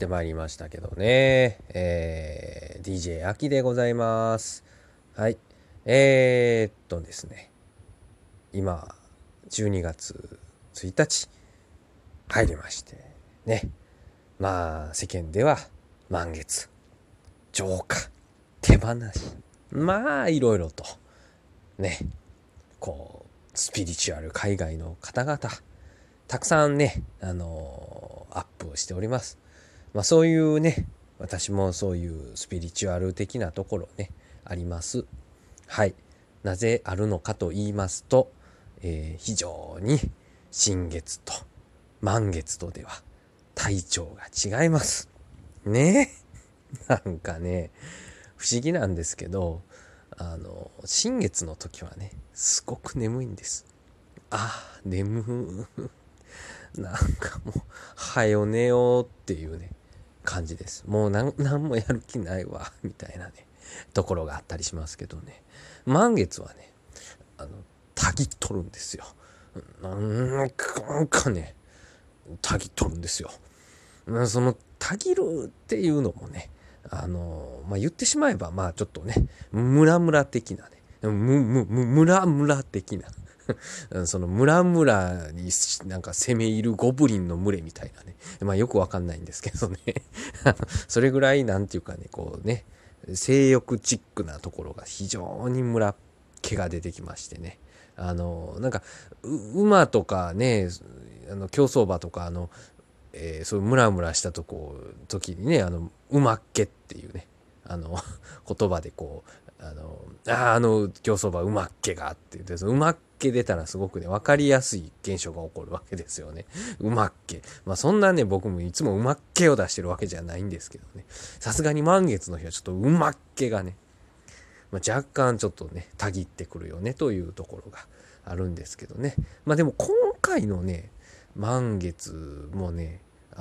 ってまいりましたけどね。DJ 秋でございます。はい。ですね。今、12月1日入りまして、ね。まあ、世間では満月、浄化、手放し。まあ、いろいろと、ね。スピリチュアル海外の方々、たくさんね、アップをしております。まあそういうね、私もそういうスピリチュアル的なところね、あります。はい。なぜあるのかと言いますと、非常に新月と満月とでは体調が違います。ね。なんかね、不思議なんですけど、新月の時はね、すごく眠いんです。眠なんかもう、はよ寝ようっていうね、感じです。もうなんもやる気ないわ、みたいなね、ところがあったりしますけどね。満月はね、あの、たぎっとるんですよ。なんかね、たぎっとるんですよ。その、たぎるっていうのもね、言ってしまえば、まあちょっとね、ムラムラ的なね、ムラムラ的なその村々になんか攻め入るゴブリンの群れみたいなね。まあよくわかんないんですけどね。それぐらいなんていうかね、こうね、性欲チックなところが非常に村っ気が出てきましてね。なんか、馬とかね、競走馬とか、そういうムラムラした時にね、馬っ気っていうね、言葉でこう、競走馬馬っ気があって言って、その馬っ気出たらすごくね、わかりやすい現象が起こるわけですよね。馬っ気。まあそんなね、僕もいつも馬っ気を出してるわけじゃないんですけどね。さすがに満月の日はちょっと馬っ気がね、若干ちょっとね、たぎってくるよねというところがあるんですけどね。まあでも今回のね、満月もね、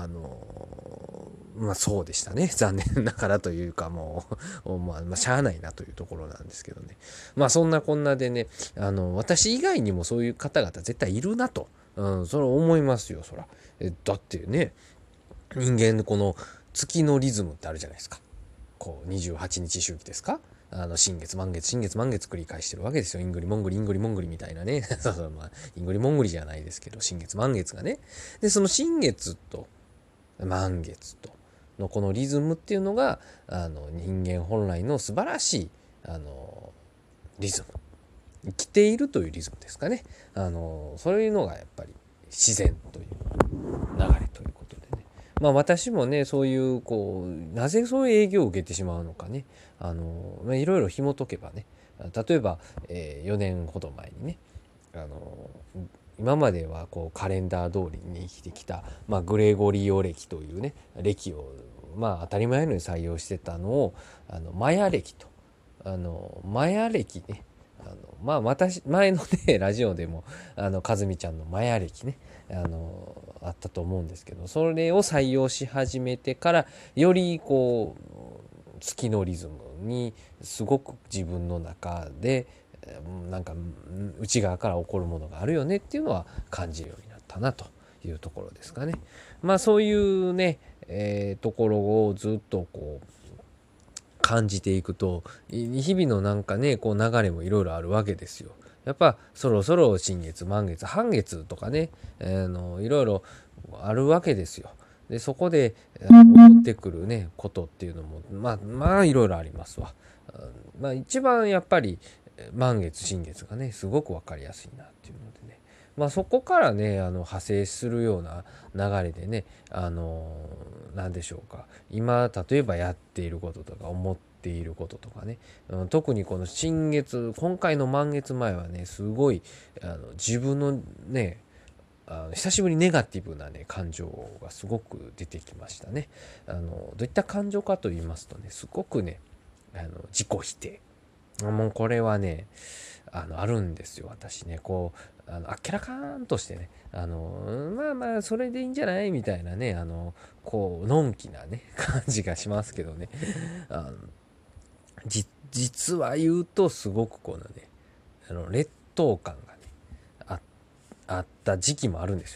そうでしたね。残念ながらというかしゃあないなというところなんですけどね。まあそんなこんなでね、私以外にもそういう方々絶対いるなと。それ思いますよ、そら。だってね、人間のこの月のリズムってあるじゃないですか。こう、28日周期ですか？新月満月、新月満月繰り返してるわけですよ。イングリモングリ、イングリモングリみたいなね。そうそう、まあ、イングリモングリじゃないですけど、新月満月がね。で、その新月と満月とのこのリズムっていうのが、人間本来の素晴らしい、リズム。生きているというリズムですかね。そういうのがやっぱり自然という流れということでね。まあ私もね、そういう、なぜそういう営業を受けてしまうのかね。いろいろ紐解けばね、例えば、4年ほど前にね、あの、今まではカレンダー通りに生きてきた、グレゴリオ暦というね、暦を、当たり前のように採用してたのを、マヤ暦と、マヤ暦ね、私、前のね、ラジオでも、かずみちゃんのマヤ暦ね、あったと思うんですけど、それを採用し始めてから、より月のリズムにすごく自分の中で、なんか内側から起こるものがあるよねっていうのは感じるようになったなというところですかね。まあそういうね、ところをずっと感じていくと、日々のなんかね、流れもいろいろあるわけですよ。やっぱそろそろ新月、満月、半月とかね、いろいろあるわけですよ。で、そこで起こってくるね、ことっていうのも、いろいろありますわ。一番やっぱり満月、新月がね、すごくわかりやすいなっていうのでね。そこからね、派生するような流れでね、何でしょうか。今、例えばやっていることとか、思っていることとかね、特にこの新月、今回の満月前はね、すごい、自分のね、久しぶりにネガティブなね、感情がすごく出てきましたね。どういった感情かと言いますとね、すごくね、自己否定。もうこれはね、あるんですよ、私ね。あっけらかーんとしてね、それでいいんじゃないみたいなね、のんきなね、感じがしますけどね。あの、実は言うと、すごく劣等感がね、あった時期もあるんですよ。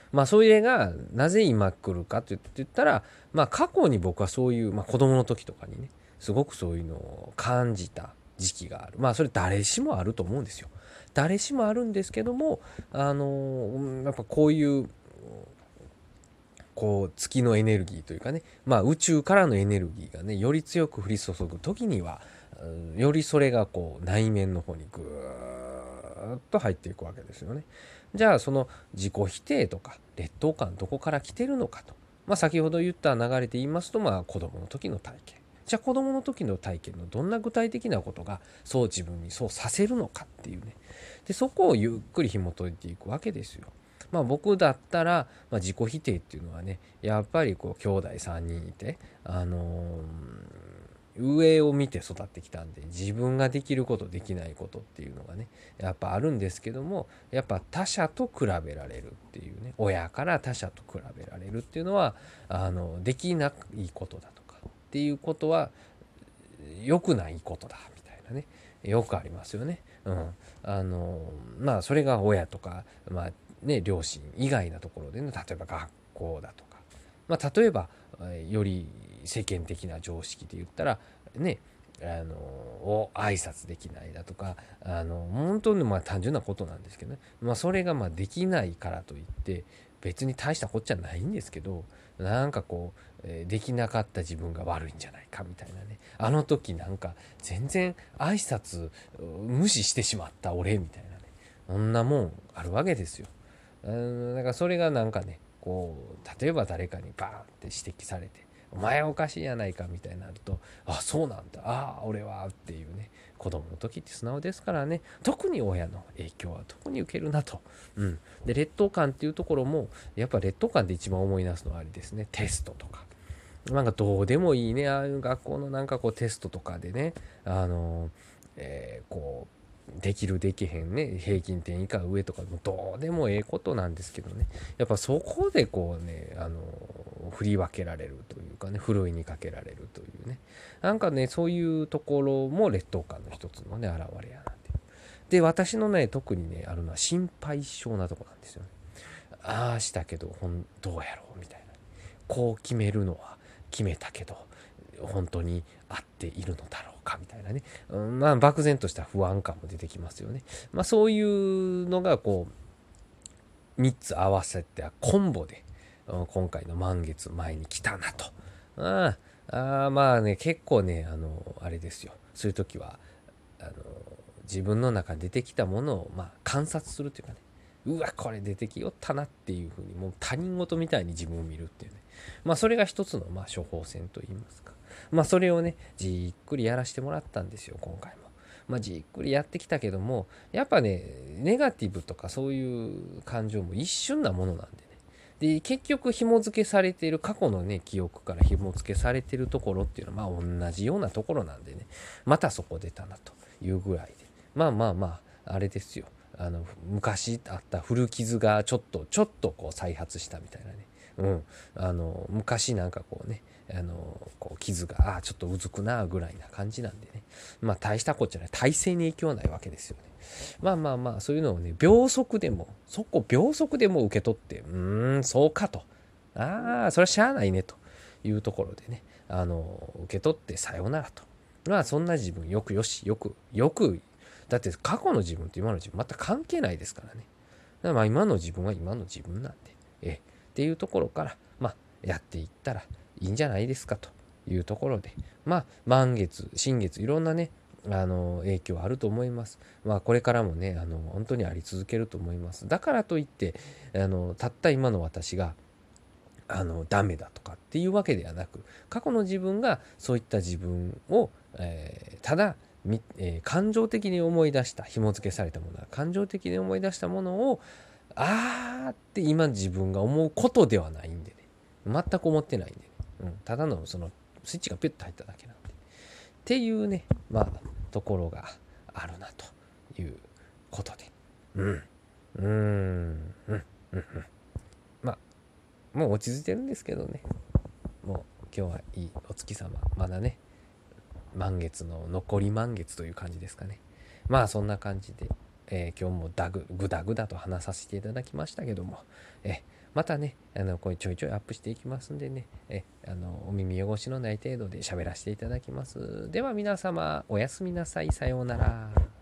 まあそれがなぜ今来るかと言ったら、まあ過去に僕はそういう、まあ、子供の時とかにねすごくそういうのを感じた時期がある。まあそれ誰しもあると思うんですよ。誰しもあるんですけども、やっぱこういう月のエネルギーというかね、まあ宇宙からのエネルギーがねより強く降り注ぐ時には、よりそれが内面の方にぐーっと入っていくわけですよね。じゃあその自己否定とか劣等感どこから来てるのかと、まあ、先ほど言った流れで言いますと、まあ子供の時の体験、じゃあ子供の時の体験のどんな具体的なことがそう自分にそうさせるのかっていうね、でそこをゆっくり紐解いていくわけですよ。まあ僕だったら、まあ、自己否定っていうのはねやっぱり兄弟3人いて、上を見て育ってきたんで自分ができることできないことっていうのがねやっぱあるんですけども、やっぱ他者と比べられるっていうね、親から他者と比べられるっていうのはできないことだとかっていうことは良くないことだみたいなね、よくありますよね。まあそれが親とか、まあね、両親以外なところでね、例えば学校だとか、まあ、例えばより世間的な常識で言ったらね、挨拶できないだとか、本当にまあ単純なことなんですけどね、まあ、それがまあできないからといって別に大したこっちゃないんですけど、なんかできなかった自分が悪いんじゃないかみたいなね、あの時なんか全然挨拶無視してしまった俺みたいなね、そんなもんあるわけですよ。だからそれがなんかね例えば誰かにバーンって指摘されてお前おかしいやないかみたいになると、あそうなんだ、あ俺はっていうね、子供の時って素直ですからね、特に親の影響は特に受けるなと。で劣等感っていうところもやっぱ劣等感で一番思い出すのはあれですね、テストとか。なんかどうでもいいね、ああいう学校のなんかテストとかでね、あの、できるできへんね平均点以下上とかもどうでもええことなんですけどね、やっぱそこで振り分けられるというかね、ふるいにかけられるというね、なんかねそういうところも劣等感の一つのね現れやなって。で私のね特にねあるのは心配性なとこなんですよね。ああしたけどどうやろうみたいな、こう決めるのは決めたけど本当に合っているのだろうかみたいなね、まあ漠然とした不安感も出てきますよね。まあそういうのが3つ合わせてコンボで今回の満月前に来たなと。まあね結構ねあれですよ、そういう時はあの自分の中に出てきたものをまあ観察するというかね、うわこれ出てきよったなっていうふうにもう他人事みたいに自分を見るっていうね、まあそれが一つのまあ処方箋といいますか、まあそれをねじっくりやらせてもらったんですよ今回も。まあじっくりやってきたけどもやっぱねネガティブとかそういう感情も一瞬なものなんでね、で結局紐付けされている過去のね記憶から紐付けされているところっていうのはまあ同じようなところなんでね、またそこ出たなというぐらいで、まあまあまああれですよ、昔あった古傷がちょっと再発したみたいなね。昔なんか傷がちょっとうずくなぐらいな感じなんでね、まあ大したことじゃない、体勢に影響はないわけですよね。まあまあまあそういうのをね秒速でも受け取って、そうかと、それはしゃあないねというところでね、受け取ってさようならと。まあそんな自分よくだって過去の自分と今の自分全く関係ないですからね。だからまあ今の自分は今の自分なんで、っていうところからまあやっていったらいいんじゃないですかというところで、まあ満月新月いろんなね影響あると思います。まあこれからもね本当にあり続けると思います。だからといってたった今の私がダメだとかっていうわけではなく、過去の自分がそういった自分を、ただ感情的に思い出した紐付けされたものは感情的に思い出したものをって今自分が思うことではないんでね、全く思ってないんでね、ただのそのスイッチがピュッと入っただけなんでっていうね、まあところがあるなということで、まあもう落ち着いてるんですけどね、もう今日はいいお月様、まだね満月の残り満月という感じですかね。まあそんな感じで、今日もグダグダと話させていただきましたけども、 またね、これちょいちょいアップしていきますんでね、お耳汚しのない程度で喋らせていただきます。では皆様、おやすみなさい。さようなら。